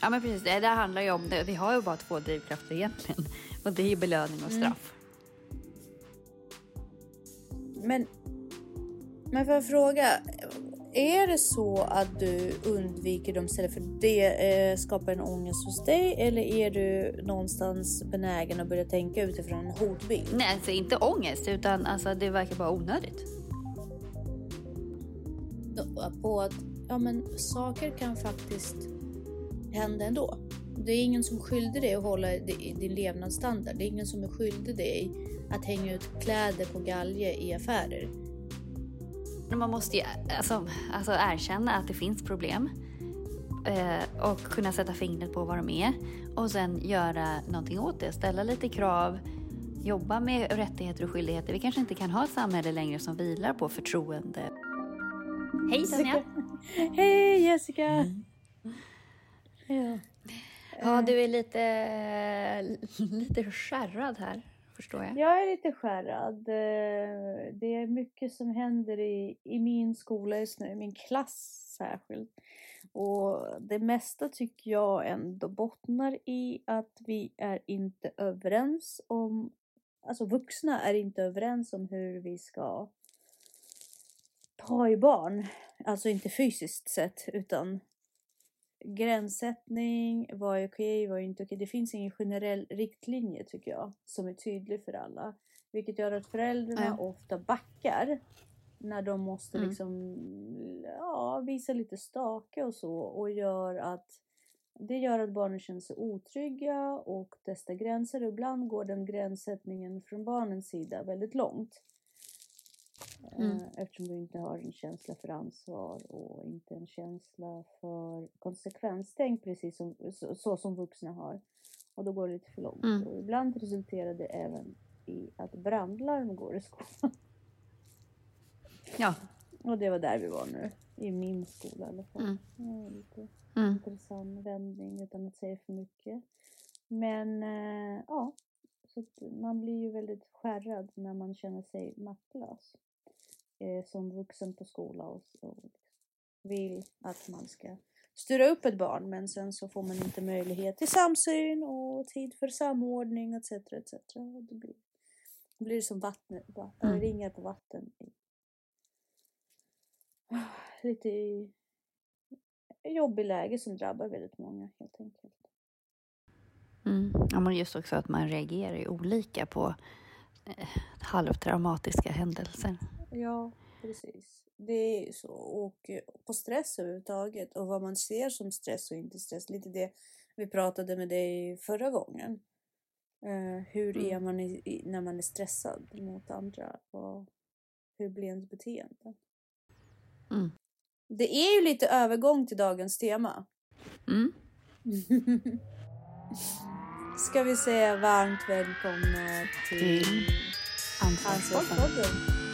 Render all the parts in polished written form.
Ja, men precis. Det där handlar ju om det. Vi har ju bara 2 drivkrafter egentligen. Och det är ju belöning och straff. Men får jag fråga, är det så att du undviker dem istället för det skapar en ångest hos dig? Eller är du någonstans benägen att börja tänka utifrån en hotbild? Nej, alltså inte ångest, utan alltså, det verkar bara onödigt. På att saker kan faktiskt hända ändå. Det är ingen som skyllde dig att hålla din levnadsstandard. Det är ingen som är skyldig dig att hänga ut kläder på galge i affärer. Man måste ju alltså erkänna att det finns problem. Och kunna sätta fingret på vad de är. Och sen göra någonting åt det. Ställa lite krav. Jobba med rättigheter och skyldigheter. Vi kanske inte kan ha ett samhälle längre som vilar på förtroende. Hej Tanja! Hej Jessica! Ja, du är lite skärrad här, förstår jag. Jag är lite skärrad. Det är mycket som händer i min skola just nu, i min klass särskilt. Och det mesta tycker jag ändå bottnar i att vi är inte överens om, alltså vuxna är inte överens om hur vi ska ta i barn. Alltså inte fysiskt sett, utan gränssättning, vad är okej, vad är inte okej. Det finns ingen generell riktlinje tycker jag som är tydlig för alla. Vilket gör att föräldrarna ofta backar när de måste liksom visa lite stake och så. Och det gör att barnen känner sig otrygga och testar gränser. Och ibland går den gränssättningen från barnens sida väldigt långt. Eftersom du inte har en känsla för ansvar och inte en känsla för konsekvenstänk precis som vuxna har. Och då går det lite för långt. Och ibland resulterar det även i att brandlarm går i skolan. Ja. Och det var där vi var nu. I min skola i alla fall. Lite intressant vändning utan att säga för mycket. Men så att man blir ju väldigt skärrad när man känner sig maktlös. Som vuxen på skola och vill att man ska styra upp ett barn, men sen så får man inte möjlighet till samsyn och tid för samordning etc. Och det blir som vatten, ringar på vatten lite i jobbig läge som drabbar väldigt många helt enkelt. Ja, men just också att man reagerar ju olika på halvtraumatiska händelser. Ja, precis. Det är så. Och på stress överhuvudtaget. Och vad man ser som stress och inte stress. Lite det vi pratade med dig förra gången. Hur är man när man är stressad mot andra? Och hur blir ens beteende? Det är ju lite övergång till dagens tema. Ska vi säga varmt välkomna till Ansvarspodden.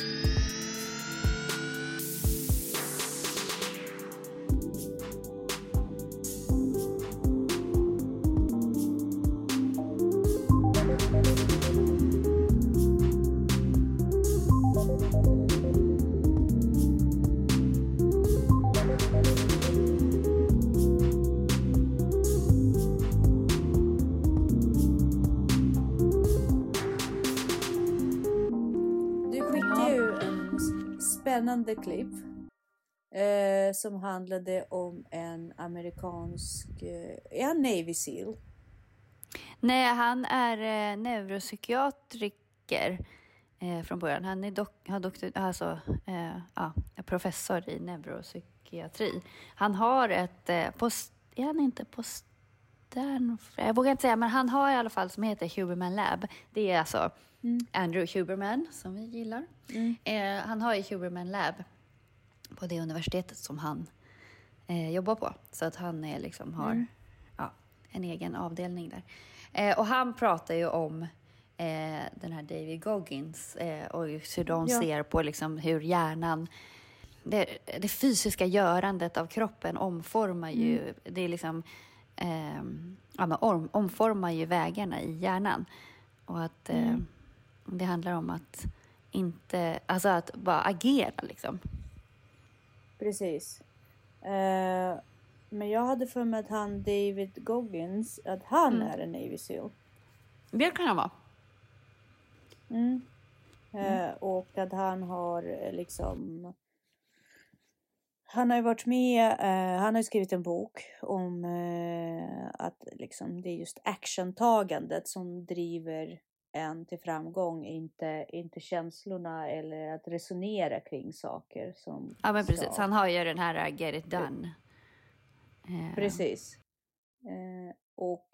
Spännande klipp som handlade om en amerikansk Navy SEAL. Nej, han är neuropsykiatriker från början. Han är professor i neuropsykiatri. Han har jag vågar inte säga, men han har i alla fall som heter Huberman Lab. Det är alltså Andrew Huberman som vi gillar. Han har ju Huberman Lab på det universitetet som han jobbar på. Så att han är liksom har en egen avdelning där. Och han pratar ju om den här David Goggins och hur de ser på liksom hur hjärnan, det fysiska görandet av kroppen omformar ju, det är liksom omformar ju vägarna i hjärnan. Och att det handlar om att inte, alltså att bara agera liksom. Precis. Men jag hade för mig att han David Goggins, att han är en Navy SEAL. Det kan han vara. Och att han har liksom... Han har ju varit med, han har ju skrivit en bok om att liksom, det är just actiontagandet som driver en till framgång, inte känslorna eller att resonera kring saker. Som Ja, men precis. Han har ju den här Get It Done. Precis. Och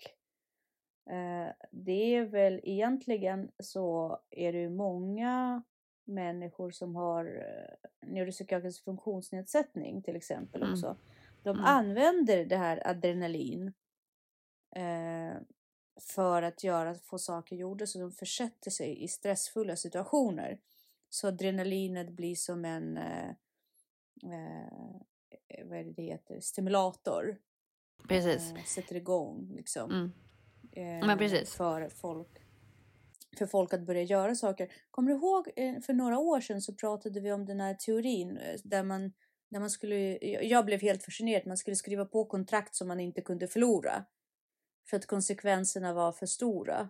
det är väl egentligen så är det ju många människor som har neuropsykiatrisk funktionsnedsättning till exempel också. De använder det här adrenalin för att få saker gjorda, så de försätter sig i stressfulla situationer. Så adrenalinet blir som en vad är det heter? Stimulator. Precis. Sätter igång liksom. Men precis. För folk att börja göra saker. Kommer du ihåg för några år sedan så pratade vi om den här teorin där man skulle, jag blev helt fascinerad, man skulle skriva på kontrakt som man inte kunde förlora för att konsekvenserna var för stora.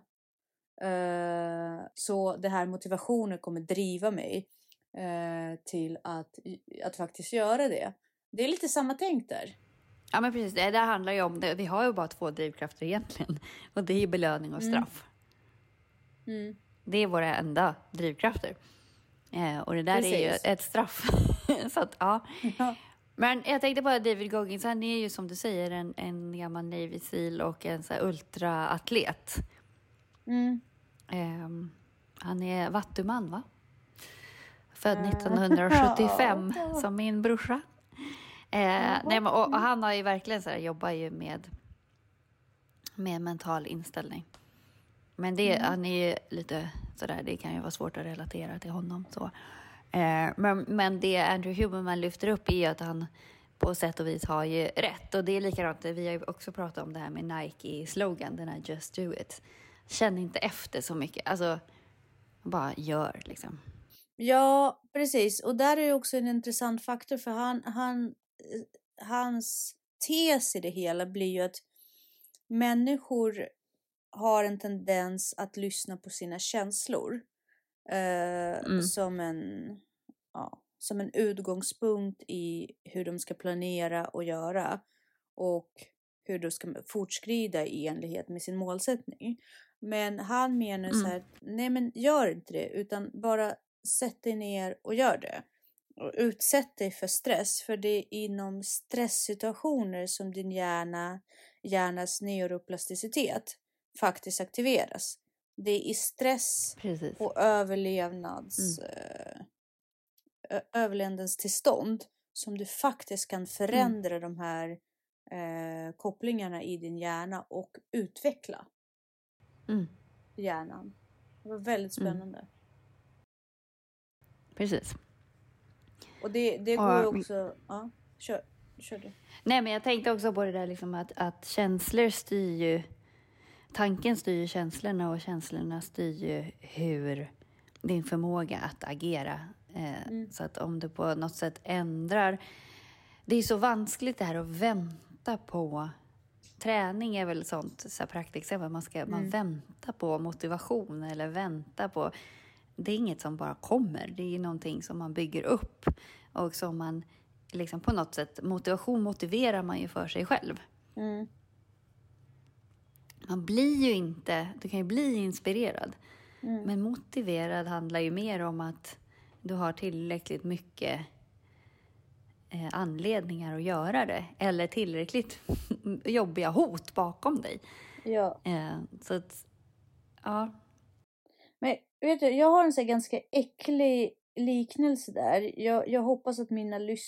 Så det här motivationen kommer driva mig till att faktiskt göra det. Det är lite samma tänk där. Ja, men precis. Det där handlar ju om det. Vi har ju bara 2 drivkrafter egentligen. Och det är ju belöning och straff. Det är våra enda drivkrafter. Och det där är ju ett straff. Så att, ja. Men jag tänkte bara David Goggins, han är ju som du säger en gammal Navy SEAL och en så här ultraatlet. Han är vattuman, va? Född 1975 som min brorsa. Nej, men, och han har ju verkligen så här, jobbar ju med mental inställning. Men han är ju lite sådär, det kan ju vara svårt att relatera till honom så. Men det Andrew Huberman lyfter upp är ju att han på sätt och vis har ju rätt. Och det är likadant, vi har ju också pratat om det här med Nike-slogan, den här Just Do It. Känn inte efter så mycket, alltså bara gör liksom. Ja, precis. Och där är ju också en intressant faktor, för hans tes i det hela blir ju att människor har en tendens att lyssna på sina känslor som en utgångspunkt i hur de ska planera och göra och hur de ska fortskrida i enlighet med sin målsättning. Men han menar så här, nej men gör inte det, utan bara sätt dig ner och gör det. Och utsätt dig för stress, för det är inom stresssituationer som din hjärnas neuroplasticitet faktiskt aktiveras. Det är i stress och överlevnadstillstånd som du faktiskt kan förändra de här kopplingarna i din hjärna och utveckla hjärnan. Det var väldigt spännande. Precis. Och det går ju också... Ja, kör du. Nej, men jag tänkte också på det där liksom att känslor styr ju... Tanken styr ju känslorna och känslorna styr ju hur din förmåga att agera. Så att om du på något sätt ändrar... Det är så vanskligt det här att vänta på... Träning är väl sånt så praktexempel. Man väntar på motivation eller vänta på... Det är inget som bara kommer. Det är någonting som man bygger upp. Och som man liksom på något sätt... Motivation motiverar man ju för sig själv. Man blir ju inte... Du kan ju bli inspirerad. Men motiverad handlar ju mer om att du har tillräckligt mycket anledningar att göra det. Eller tillräckligt jobbiga hot bakom dig. Ja. Så att... Ja. Men vet du, jag har en så här ganska äcklig liknelse där. Jag hoppas att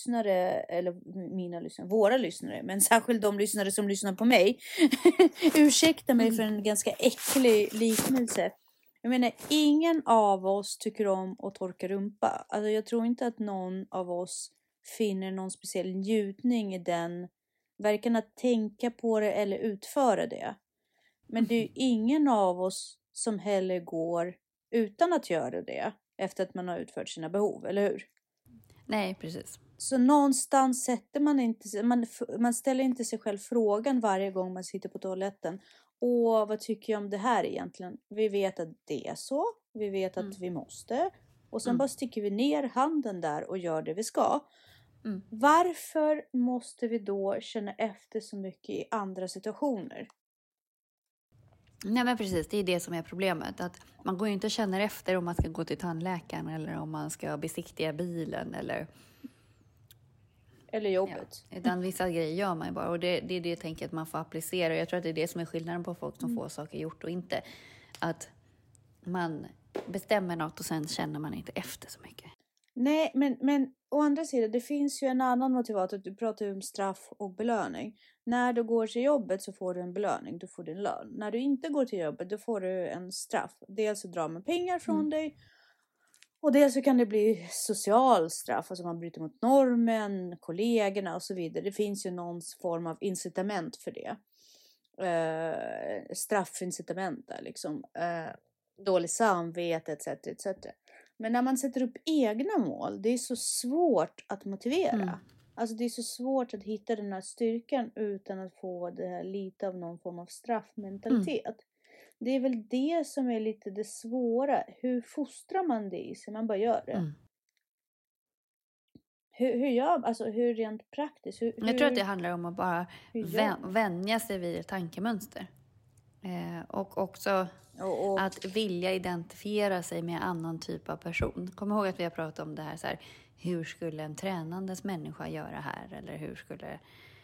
våra lyssnare, men särskilt de lyssnare som lyssnar på mig, ursäkta mig för en ganska äcklig liknelse. Jag menar, ingen av oss tycker om att torka rumpa. Alltså jag tror inte att någon av oss finner någon speciell njutning i den, varken att tänka på det eller utföra det. Men det är ju ingen av oss som heller går utan att göra det efter att man har utfört sina behov, eller hur? Nej, precis. Så någonstans sätter man inte, man ställer inte sig själv frågan varje gång man sitter på toaletten. Vad tycker jag om det här egentligen? Vi vet att det är så. Vi vet att vi måste. Och sen bara sticker vi ner handen där och gör det vi ska. Varför måste vi då känna efter så mycket i andra situationer? Nej men precis, det är det som är problemet. Att man går ju inte och känner efter om man ska gå till tandläkaren eller om man ska besiktiga bilen eller jobbet. Ja, utan vissa grejer gör man ju bara. Och det är det jag tänker att man får applicera. Och jag tror att det är det som är skillnaden på folk som får saker gjort och inte. Att man bestämmer något och sen känner man inte efter så mycket. Nej, men å andra sidan, det finns ju en annan motivator. Du pratar ju om straff och belöning. När du går till jobbet så får du en belöning, du får din lön. När du inte går till jobbet då får du en straff. Dels så drar man pengar från dig. Och dels så kan det bli social straff, alltså man bryter mot normen, kollegorna och så vidare. Det finns ju någon form av incitament för det. Straffincitament där liksom. Dålig samvete etc, etc. Men när man sätter upp egna mål, det är så svårt att motivera. Alltså det är så svårt att hitta den här styrkan utan att få det här lite av någon form av straffmentalitet. Det är väl det som är lite det svåra. Hur fostrar man det i sig? Man bara gör det. Hur rent praktiskt? Jag tror att det handlar om att bara vänja sig vid ett tankemönster. Och också att vilja identifiera sig med en annan typ av person. Kom ihåg att vi har pratat om det här, så här, hur skulle en tränandes människa göra här? Eller hur skulle...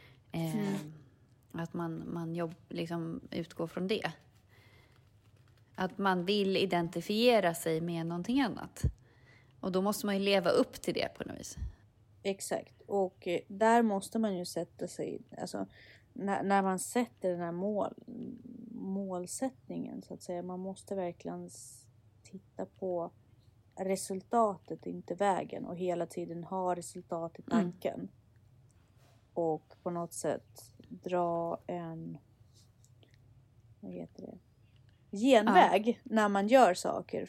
Att man liksom utgår från det. Att man vill identifiera sig med någonting annat. Och då måste man ju leva upp till det på något vis. Exakt. Och där måste man ju sätta sig... Alltså, när man sätter den här målsättningen så att säga. Man måste verkligen titta på resultatet, inte vägen. Och hela tiden ha resultat i tanken. Och på något sätt dra en... Vad heter det? Genväg när man gör saker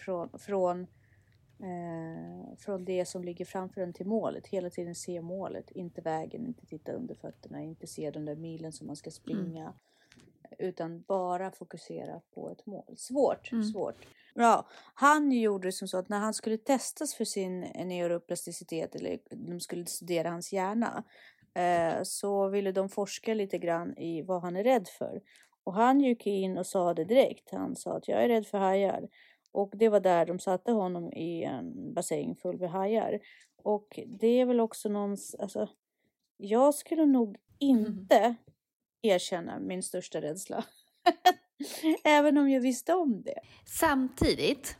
från det som ligger framför en till målet. Hela tiden se målet, inte vägen, inte titta under fötterna, inte se den där milen som man ska springa. Utan bara fokusera på ett mål. Svårt. Ja, han gjorde det som så att när han skulle testas för sin neuroplasticitet, eller de skulle studera hans hjärna, så ville de forska lite grann i vad han är rädd för. Och han gick in och sa det direkt. Han sa att jag är rädd för hajar. Och det var där de satte honom i en bassäng full med hajar. Och det är väl också alltså, jag skulle nog inte erkänna min största rädsla. Även om jag visste om det. Samtidigt.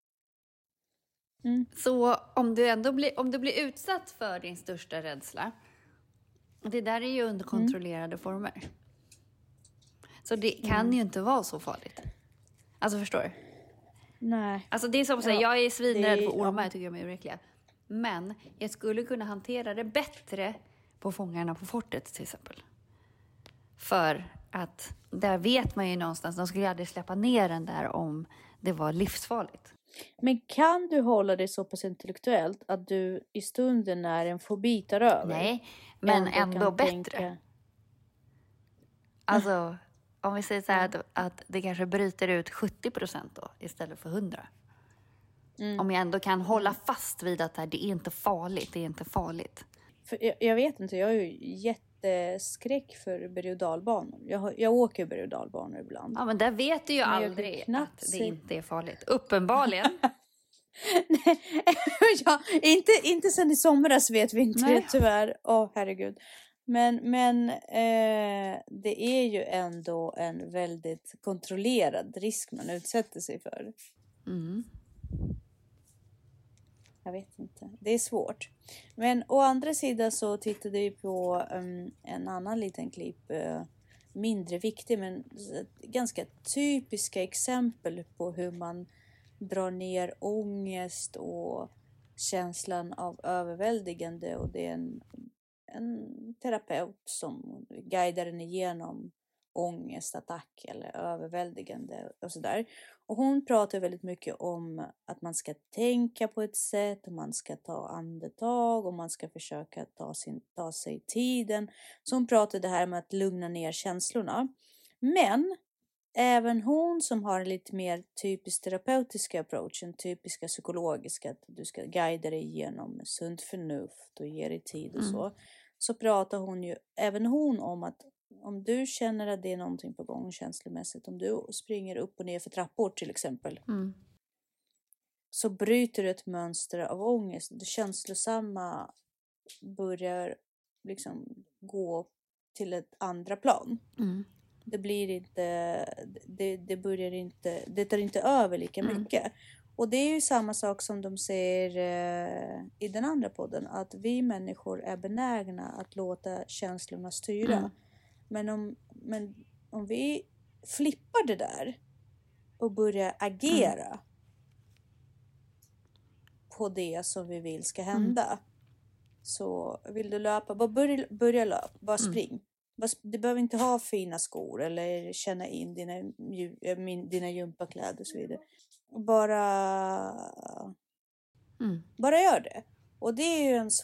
Så om du blir utsatt för din största rädsla. Det där är ju under kontrollerade former. Så det kan ju inte vara så farligt. Alltså förstår du? Nej. Alltså det är som att säga, jag är svinrädd för ormar, jag tycker de är oräckliga. Men jag skulle kunna hantera det bättre på Fångarna på fortet till exempel. För att där vet man ju någonstans, de skulle aldrig släppa ner den där om det var livsfarligt. Men kan du hålla dig så pass intellektuellt att du i stunden när en fobi tar över? Nej, men ändå bättre. Alltså, om vi säger så här att det kanske bryter ut 70% då istället för 100%. Om jag ändå kan hålla fast vid att det är inte farligt, För jag vet inte, jag är ju jätteskräck för berg- och dalbanor. Jag åker berg- och dalbanor ibland. Ja, men där vet du ju aldrig att det inte är farligt. Uppenbarligen. Nej, ja, inte sen i somras vet vi inte det, tyvärr. Herregud. Men det är ju ändå en väldigt kontrollerad risk man utsätter sig för. Jag vet inte. Det är svårt. Men å andra sidan så tittade vi på en annan liten klipp. Mindre viktig men ganska typiska exempel på hur man drar ner ångest och känslan av överväldigande. Och det är en terapeut som guidar den igenom ångestattack eller överväldigande och sådär. Och hon pratar väldigt mycket om att man ska tänka på ett sätt, och man ska ta andetag och man ska försöka ta sig tiden. Så hon pratar det här med att lugna ner känslorna. Men även hon som har en lite mer typisk terapeutiska approachen, typiska psykologiska, att du ska guida dig igenom med sunt förnuft och ge dig tid och så pratar hon ju även hon om att om du känner att det är någonting på gång känslomässigt, om du springer upp och ner för trappor till exempel, så bryter du ett mönster av ångest. Det känslosamma börjar liksom gå till ett andra plan. Det blir inte, det tar inte över lika mycket. Och det är ju samma sak som de säger i den andra podden, att vi människor är benägna att låta känslorna styra. Men om vi flippar det där och börjar agera på det som vi vill ska hända. Så vill du löpa, bara börja löpa, bara spring. Du behöver inte ha fina skor eller känna in dina gympakläder och så vidare. Bara gör det. Och det är ju en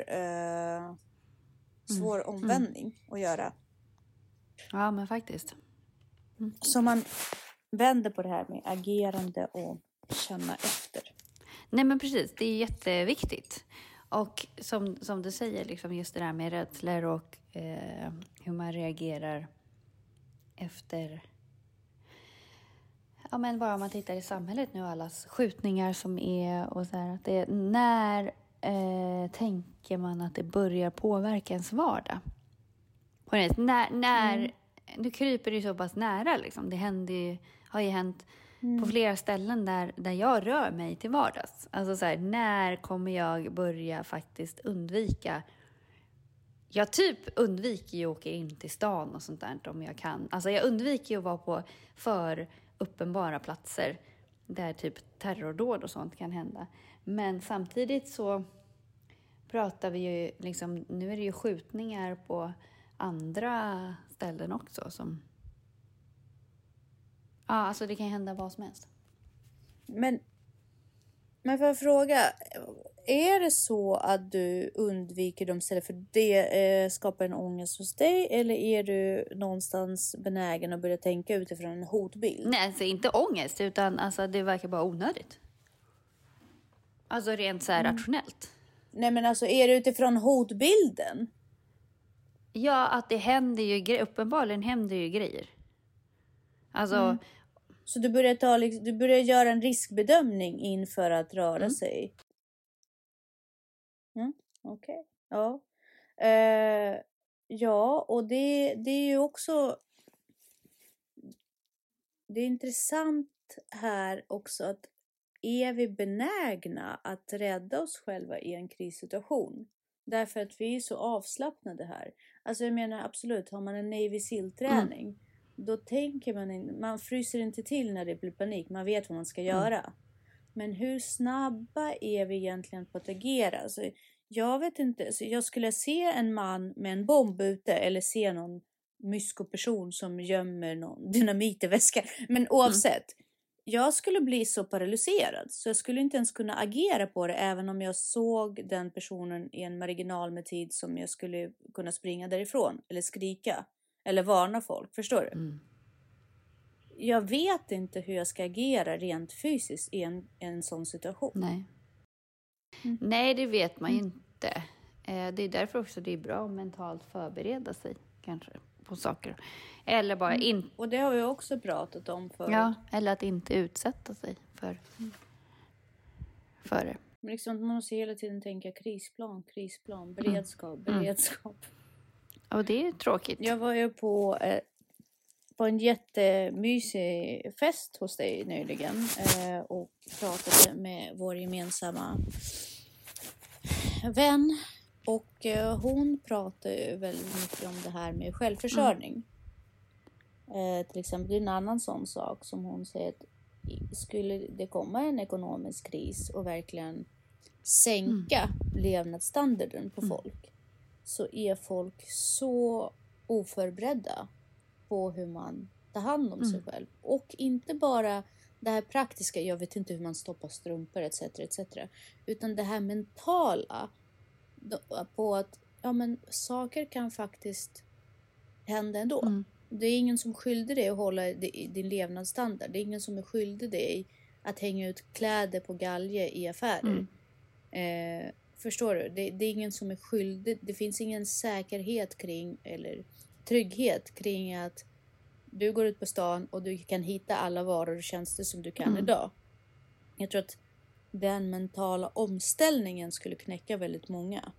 svår omvändning att göra. Ja, men faktiskt. Så man vänder på det här med agerande och känna efter. Nej, men precis. Det är jätteviktigt. Och som du säger, liksom just det där med rädslor och hur man reagerar efter... Ja, men bara om man tittar i samhället nu, allas skjutningar som är och så här, att det, när tänker man att det börjar påverka ens vardag? På det, nu kryper det ju så pass nära liksom. Det har ju hänt på flera ställen där jag rör mig till vardags. Alltså så här, när kommer jag börja faktiskt undvika? Jag typ undviker ju att åka in till stan och sånt där om jag kan. Alltså jag undviker ju att vara på för uppenbara platser där typ terrordåd och sånt kan hända. Men samtidigt så pratar vi ju liksom, nu är det ju skjutningar på andra ställen också som... Ja, alltså det kan hända vad som helst. Men får jag fråga, är det så att du undviker dem istället för det skapar en ångest hos dig, eller är du någonstans benägen att börja tänka utifrån en hotbild? Nej, alltså inte ångest, utan alltså det verkar bara onödigt. Alltså rent så här rationellt. Nej, men alltså är det utifrån hotbilden? Ja, att det händer ju uppenbarligen händer ju grejer. Alltså... Så du börjar göra en riskbedömning inför att röra sig? Okej. Ja. Ja, och det är ju också... Det är intressant här också att är vi benägna att rädda oss själva i en krissituation? Därför att vi är så avslappnade här. Alltså jag menar absolut, har man en Navy SEAL-träning... Då tänker man fryser inte till när det blir panik. Man vet vad man ska göra. Men hur snabba är vi egentligen på att agera? Alltså, jag vet inte. Så jag skulle se en man med en bomb ute. Eller se någon myskoperson som gömmer någon dynamit i väskan. Men oavsett. Jag skulle bli så paralyserad. Så jag skulle inte ens kunna agera på det. Även om jag såg den personen i en marginal med tid som jag skulle kunna springa därifrån. Eller skrika. Eller varna folk, förstår du? Jag vet inte hur jag ska agera rent fysiskt i en sån situation. Nej. Nej, det vet man ju inte. Det är därför också det är bra att mentalt förbereda sig kanske på saker. Eller bara Och det har vi också pratat om förut. Ja, eller att inte utsätta sig för det. Men liksom, man måste hela tiden tänka krisplan, beredskap. Och det är tråkigt. Jag var ju på en jättemysig fest hos dig nyligen och pratade med vår gemensamma vän. Och hon pratade väldigt mycket om det här med självförsörjning. Till exempel, det är en annan sån sak som hon säger att skulle det komma en ekonomisk kris och verkligen sänka levnadsstandarden på folk, så är folk så oförberedda på hur man tar hand om sig själv. Och inte bara det här praktiska, jag vet inte hur man stoppar strumpor etc. etc. Utan det här mentala på att saker kan faktiskt hända ändå. Det är ingen som skyldig dig att hålla din levnadsstandard. Det är ingen som är skyldig dig att hänga ut kläder på galge i affärer. Förstår du? Det är ingen som är skyldig. Det finns ingen säkerhet kring eller trygghet kring att du går ut på stan och du kan hitta alla varor och tjänster som du kan idag. Jag tror att den mentala omställningen skulle knäcka väldigt många.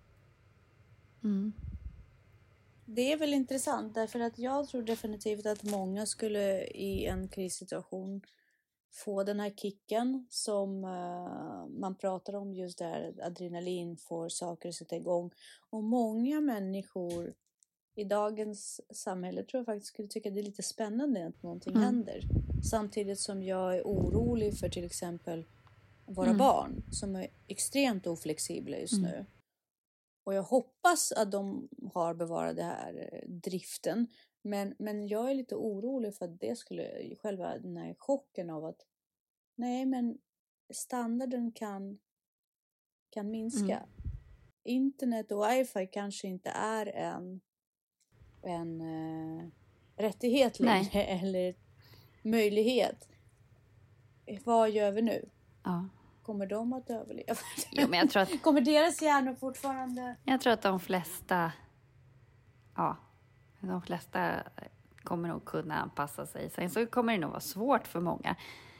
Det är väl intressant därför att jag tror definitivt att många skulle i en krissituation få den här kicken som man pratar om, just där adrenalin får saker att sätta igång. Och många människor i dagens samhälle tror jag faktiskt skulle tycka det är lite spännande att någonting händer. Samtidigt som jag är orolig för till exempel våra barn som är extremt oflexibla just nu. Och jag hoppas att de har bevarat det här driften. Men jag är lite orolig för att det skulle själva den här chocken av att nej, men standarden kan minska. Internet och wifi kanske inte är en rättighet längre eller möjlighet. Vad gör vi nu? Ja. Kommer de att överleva? Jo, men jag tror att... Kommer deras hjärnor fortfarande... Jag tror att de flesta kommer nog kunna anpassa sig. Sen så kommer det nog vara svårt för många.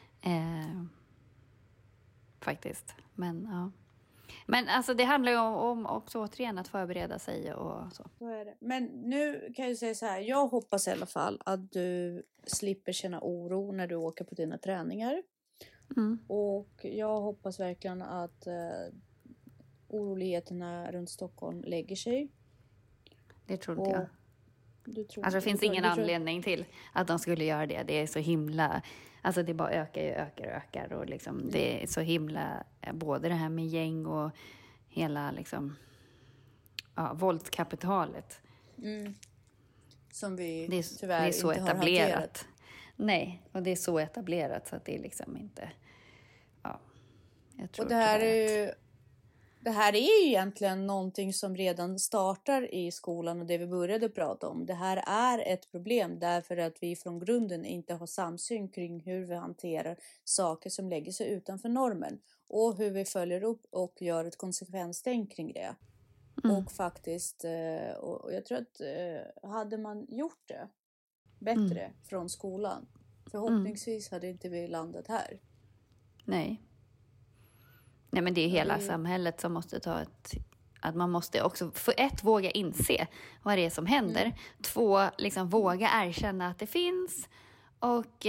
Faktiskt. Men ja. Men alltså det handlar ju om också återigen att förbereda sig och så. Så är det. Men nu kan jag säga så här. Jag hoppas i alla fall att du slipper känna oro när du åker på dina träningar. Och jag hoppas verkligen att oroligheterna runt Stockholm lägger sig. Det tror inte jag. Det finns ingen anledning till att de skulle göra det. Det är så himla... Alltså det bara ökar och liksom det är så himla... Både det här med gäng och hela liksom... våldskapitalet. Som vi tyvärr det är så inte etablerat. Har hanterat. Nej, och det är så etablerat så att det är liksom inte... Ja, jag tror och det här är ju egentligen någonting som redan startar i skolan och det vi började prata om. Det här är ett problem därför att vi från grunden inte har samsyn kring hur vi hanterar saker som lägger sig utanför normen. Och hur vi följer upp och gör ett konsekvenstänk kring det. Och faktiskt, och jag tror att hade man gjort det bättre från skolan, förhoppningsvis hade inte vi landat här. Nej, men det är hela samhället som måste att man måste också för ett våga inse vad det är som händer. 2 liksom våga erkänna att det finns och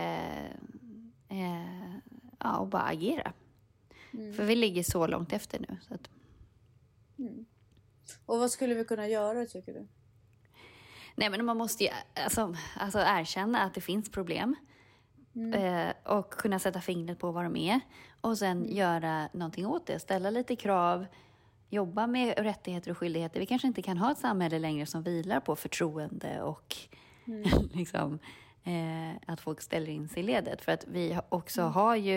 och bara agera. För vi ligger så långt efter nu så att... Och vad skulle vi kunna göra tycker du? Nej, men man måste ju alltså erkänna att det finns problem. Och kunna sätta fingret på vad de är. Och sen göra någonting åt det. Ställa lite krav. Jobba med rättigheter och skyldigheter. Vi kanske inte kan ha ett samhälle längre som vilar på förtroende. Och liksom, att folk ställer in sig i ledet. För att vi också har ju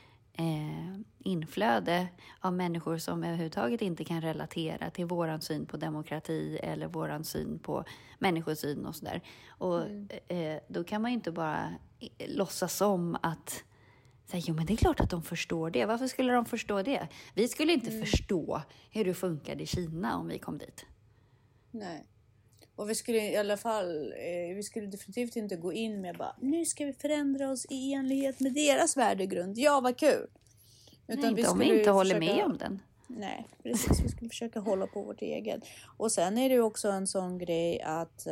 inflöde av människor som överhuvudtaget inte kan relatera till våran syn på demokrati eller våran syn på människosyn och sådär. Och då kan man ju inte bara låtsas som att säga, jo men det är klart att de förstår det. Varför skulle de förstå det? Vi skulle inte förstå hur det funkade i Kina om vi kom dit. Nej. Och vi skulle i alla fall, vi skulle definitivt inte gå in med bara, nu ska vi förändra oss i enlighet med deras värdegrund. Ja, vad kul! Utan nej, vi inte håller med om den. Nej, precis. Vi skulle försöka hålla på vårt eget. Och sen är det ju också en sån grej att,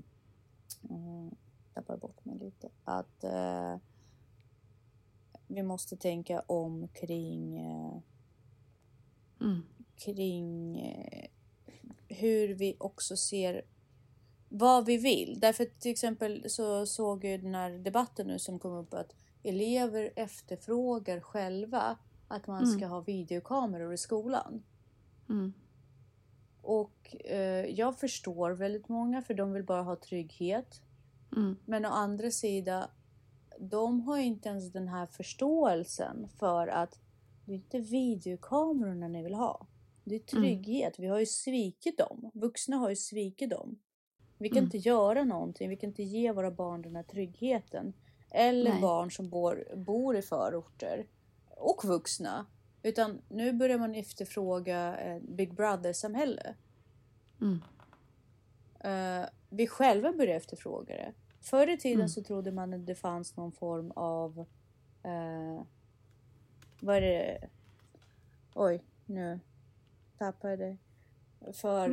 tappar bort mig lite, att vi måste tänka om kring hur vi också ser vad vi vill. Därför till exempel så såg jag den här debatten nu som kom upp att elever efterfrågar själva att man ska ha videokameror i skolan. Och jag förstår väldigt många för de vill bara ha trygghet. Men å andra sidan, de har inte ens den här förståelsen för att det är inte videokamerorna ni vill ha. Det är trygghet. Vi har ju svikit dem. Vuxna har ju svikit dem. Vi kan inte göra någonting. Vi kan inte ge våra barn den här tryggheten. Eller barn som bor i förorter. Och vuxna. Utan nu börjar man efterfråga Big Brother-samhälle. Vi själva börjar efterfråga det. Förr i tiden så trodde man att det fanns någon form av... vad är det? Oj, nu tappade jag det. För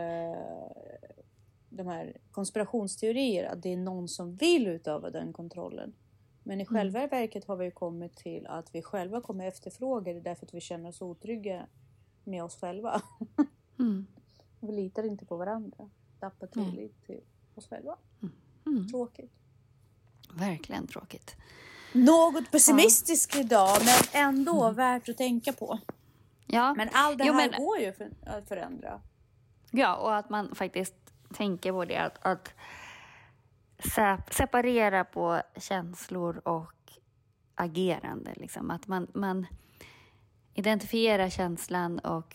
de här konspirationsteorier. Att det är någon som vill utöva den kontrollen. Men i själva verket har vi kommit till att vi själva kommer efterfråga det. Därför att vi känner oss otrygga med oss själva. Vi litar inte på varandra. Tappar tillit till oss själva. Tråkigt. Verkligen tråkigt. Något pessimistiskt idag, men ändå värt att tänka på. Ja. Men allt det här går ju att förändra. Ja, och att man faktiskt tänker på det. Att separera på känslor och agerande. Liksom. Att man identifierar känslan och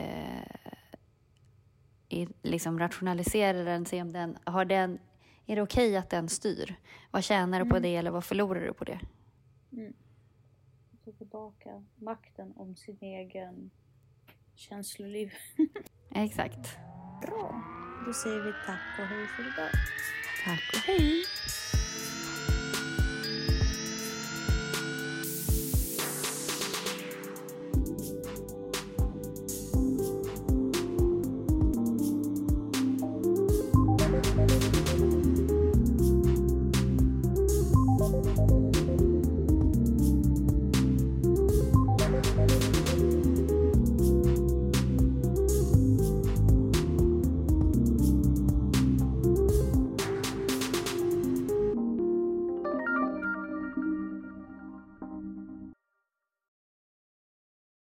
liksom rationaliserar den. Se om den har den. Är det okej att den styr? Vad tjänar du på det eller vad förlorar du på det? Ta tillbaka makten om sin egen känsloliv. Exakt. Bra. Då säger vi tack och hej för idag. Tack och hej.